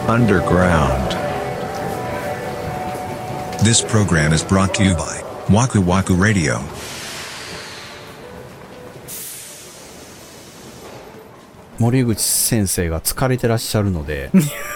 underground. This program is brought to you by Waku Waku Radio. 森口先生が疲れてらっしゃるので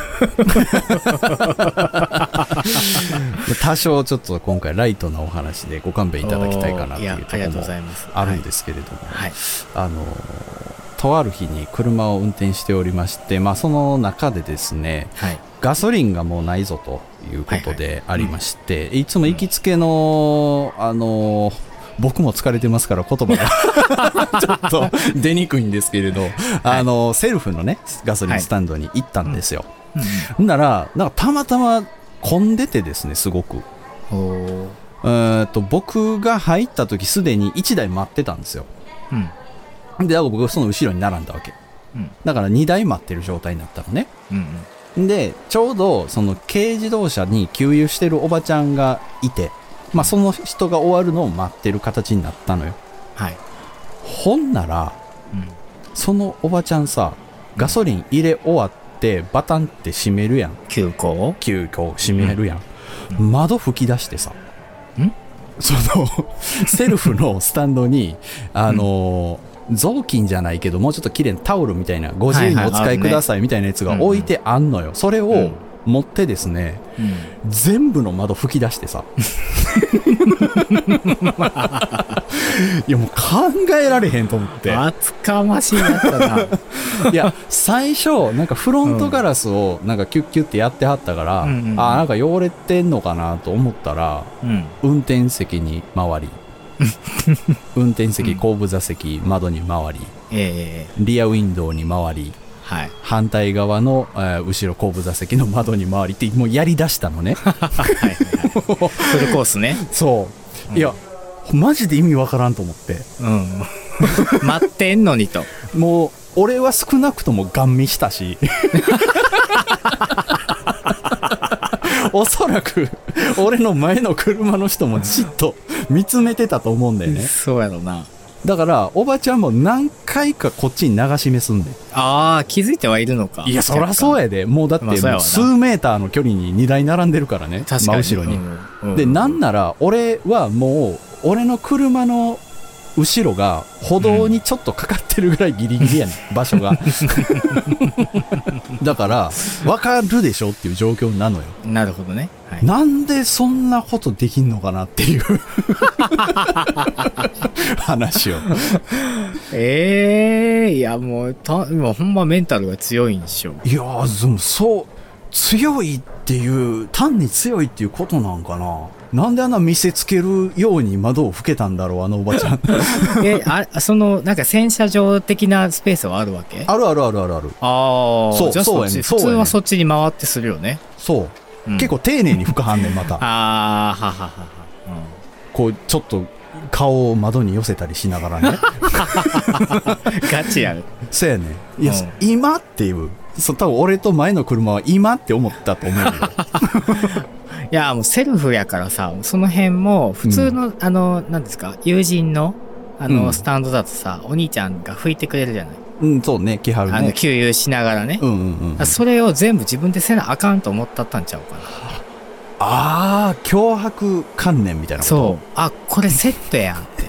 多少ちょっと今回ライトなお話でご勘弁いただきたいかなっていうところもあるんですけれども、はい、とある日に車を運転しておりまして、まあ、その中でですね、はい、ガソリンがもうないぞということでありまして、はいはい、いつも行きつけの僕も疲れてますから言葉がちょっと出にくいんですけれど、はい、セルフのねガソリンスタンドに行ったんですよ、はい、ならなんかたまたま混んでてですね、すごく僕が入った時すでに1台待ってたんですよ、うん、で僕その後ろに並んだわけ、うん、だから2台待ってる状態になったのね、うんうん、でちょうどその軽自動車に給油してるおばちゃんがいて、まあ、その人が終わるのを待ってる形になったのよ、はい、ほんなら、うん、そのおばちゃんさガソリン入れ終わってバタンって閉めるやん、 急行閉めるやん、うん、窓吹き出してさ、そのセルフのスタンドに雑巾じゃないけどもうちょっと綺麗なタオルみたいなご自由にお使いくださいみたいなやつが置いてあんのよ、それを持ってですね、全部の窓吹き出してさいやもう考えられへんと思って、 厚かましいなったないや最初なんかフロントガラスをなんかキュッキュッってやってはったから、なんか汚れてんのかなと思ったら、運転席に回り運転席後部座席窓に回り、リアウィンドウに回り、はい、反対側の、後ろ後部座席の窓に回りってもうやりだしたのねはい、はい、 フルコースねそう、いやマジで意味わからんと思って、 待ってんのにともう俺は少なくともガン見したしおそらく俺の前の車の人もじっと見つめてたと思うんだよねそうやろな。 だからおばちゃんも何回かこっちに流し目すんで、 ああ気づいてはいるのか。 いやそりゃそうやで、もうだってもう数メーターの距離に2台並んでるからね、真後ろに、でなんなら俺はもう俺の車の後ろが歩道にちょっとかかってるぐらいギリギリやねん、場所がだから分かるでしょっていう状況なのよ。 なるほどね、はい、 なんでそんなことできんのかなっていう話をいやもうほんまメンタルが強いんでしょ。 いやでもそう強いっていう単に強いっていうことなんかな。なんであんな見せつけるように窓を拭けたんだろうあのおばちゃんそのなんか洗車場的なスペースはあるわけ？ ある。ああそうじゃあそうやね、普通はそっちに回ってするよね。そう、 結構丁寧に拭かはんねんまたは、 こうちょっと顔を窓に寄せたりしながらねガチやる。 そうやね。いや、今っていう多分俺と前の車は今って思ったと思うよいやもうセルフやからさ、その辺も普通の、何ですか、友人のスタンドだとさ、お兄ちゃんが拭いてくれるじゃない。 そうね、気張るね。 給油しながらね、それを全部自分でせなあかんと思ったんちゃうかな。 ああ、脅迫観念みたいなこと。 そう、これセットやんって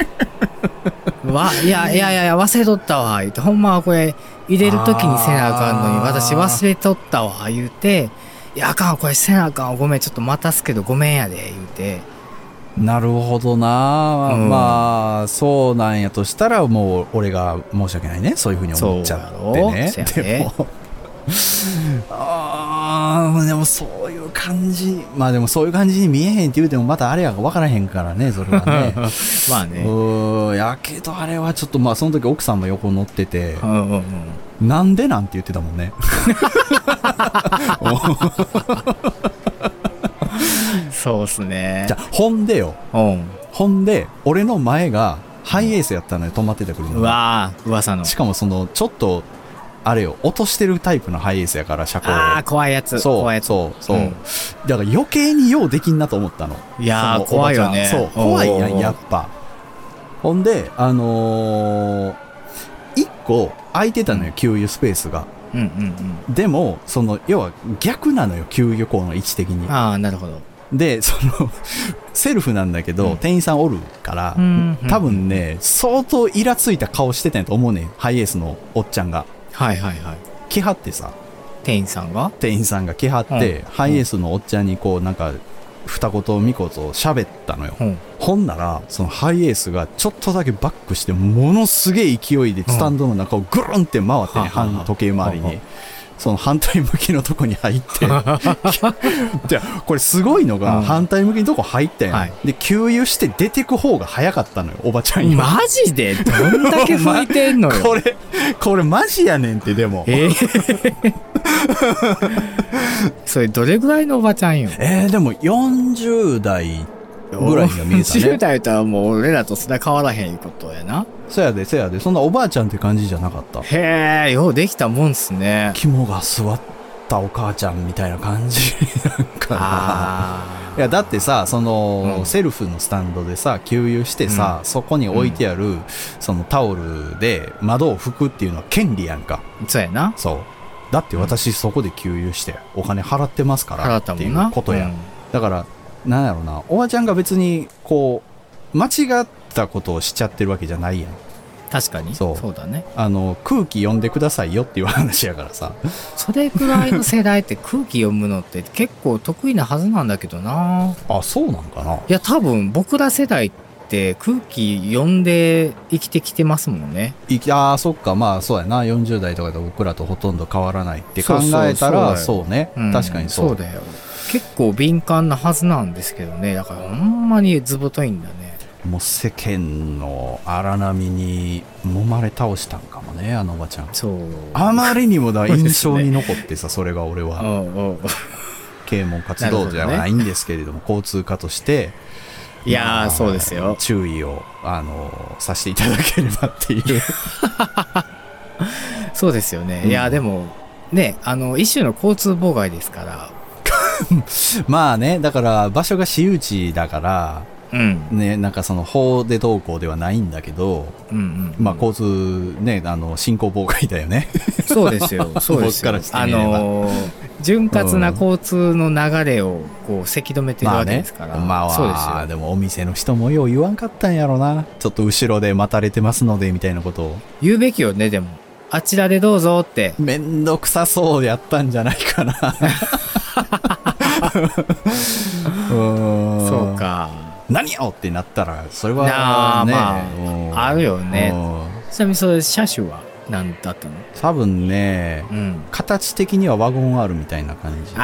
いや忘れとったわ言うて、ほんまはこれ入れる時にせなあかんのに私忘れとったわ言うて、いやあかんこれせなあかん、ごめんちょっと待たすけどごめんやで言うて。 なるほどな、まあそうなんやとしたらもう俺が申し訳ないね、そういう風に思っちゃってね。でもでもそういう感じ、まあでもそういう感じに見えへんって言うてもまたあれやが分からへんからね、それはねまあね、 やけどあれはちょっと、まあその時奥さんも横乗ってて、なんでなんて言ってたもんねそうっすね。 じゃあほんで俺の前がハイエースやったのよ、止まってた車が。 うわー、噂の。 しかもそのちょっとあれよ、落としてるタイプのハイエースやから、車高を。 怖いやつ。 そう、だから余計にようできんなと思ったの。 いやー怖いよね。 そう、怖いやんやっぱ。ほんで1個空いてたのよ、給油スペースが。 うんうんうん。 でもその要は逆なのよ、給油口の位置的に。 ああ、なるほど。 でそのセルフなんだけど、店員さんおるから、多分ね相当イラついた顔してたんやと思うねん、ハイエースのおっちゃんが。 はいはいはい。 来はってさ、 店員さんが来はって、ハイエースのおっちゃんにこうなんか二言三言喋ったのよ、ほんならそのハイエースがちょっとだけバックしてものすげえ勢いでスタンドの中をぐるんって回ってね、反時計回りにその反対向きのとこに入ってじゃあこれすごいのが、反対向きのとこ入ったやん、で給油して出てく方が早かったのよ、おばちゃんに。 マジでどんだけ吹いてんのよこれマジやねんって。でもそれどれぐらいのおばちゃんよ。 でも40代ぐらいには見えたね。 40代とはもう俺らとそれは変わらへんいうことやな。 そやでそんなおばあちゃんって感じじゃなかった。 へえ、ようできたもんっすね。 肝が座ったお母ちゃんみたいな感じなんかな。いやだってさ、その、セルフのスタンドでさ給油してさ、そこに置いてある、そのタオルで窓を拭くっていうのは権利やんか。 そうやな。 そうだって私そこで給油してお金払ってますからっていうことや、だからなんやろな、おばちゃんが別にこう間違ったことをしちゃってるわけじゃないやん。 確かにそうだね。 空気読んでくださいよっていう話やからさ。 それくらいの世代って空気読むのって結構得意なはずなんだけどな。 あ、そうなんかな。いや多分僕ら世代って空気読んで生きてきてますもんね。 そっか、まあそうやな、40代とかで僕らとほとんど変わらないって考えたらそうね、確かにそうだよ。結構敏感なはずなんですけどね。だからほんまにずぶといんだね。 もう世間の荒波に揉まれ倒したんかもね、あのおばちゃん。 そう。 あまりにも印象に残ってさ、それが俺は啓蒙活動じゃないんですけれども、交通課としていやー、そうですよ。 注意をさせていただければっていうそうですよね。いやでもね、一種の交通妨害ですからまあね、だから場所が私有地だからね、なんかその法でどうこうではないんだけど、まあ交通ね、進行妨害だよね。 そうですよ、そうですよ。潤滑な交通の流れをこうせき止めてるわけですから。そうですよ。 でもお店の人もよう言わんかったんやろな。ちょっと後ろで待たれてますのでみたいなことを言うべきよね。でもあちらでどうぞって。 めんどくさそうやったんじゃないかな。 そうか。 何よってなったらそれはね、 まあ、あるよね。ちなみにそれ車種は何だったの？ 多分ね、形的にはワゴン R みたいな感じ。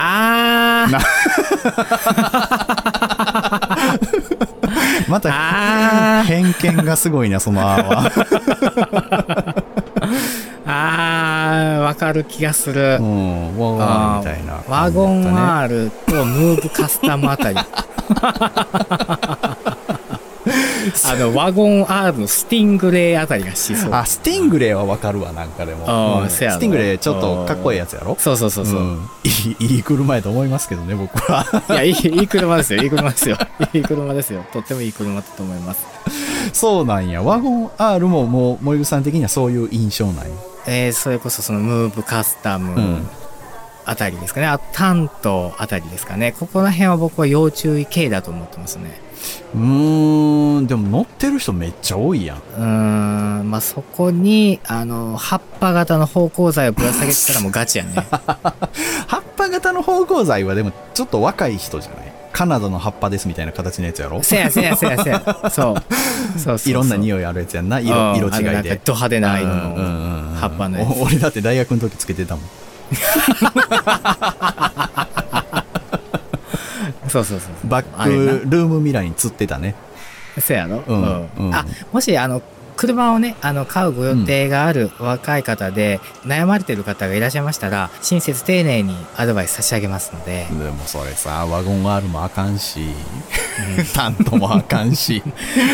また偏見がすごいな、その R は。 わかる気がする。 ワゴン R みたいな、 ワゴン R とムーブカスタムあたり。ワゴン R のスティングレイあたりがしそう。 スティングレイはわかるわ、なんかでも。スティングレイちょっとかっこいいやつやろ。 そうそうそうそう。 いい車やと思いますけどね、僕は。 いや、いい車ですよ、いい車ですよ。いい車ですよ。とってもいい車だと思います。 そうなんや。ワゴン R ももう森口さん的にはそういう印象なんや。 それこそそのムーブカスタムあたりですかね。タントあたりですかね。ここら辺は僕は要注意系だと思ってますね。 でも乗ってる人めっちゃ多いやん。 まあそこに葉っぱ型の芳香剤をぶら下げてたらもうガチやね。 葉っぱ型の芳香剤はでもちょっと若い人じゃない？カナダの葉っぱですみたいな形のやつやろ。 せやそういろんな匂いあるやつやんな。色違いでなんかド派手な色の葉っぱのやつ。 俺だって大学の時つけてたもん。 そうバックルームミラーに釣ってたね。 せやろ。もし車をね買うご予定がある若い方で悩まれてる方がいらっしゃいましたら、親切丁寧にアドバイス差し上げますので。 でもそれさ、ワゴン R もあかんし、タントもあかんし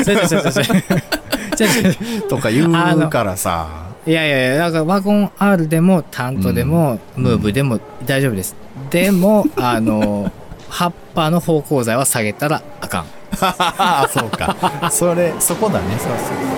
とか言うからさ。 いやだからワゴン R でもタントでもムーブでも大丈夫です。でも葉っぱの芳香剤は下げたらあかん。 そうか。そこだね。 そう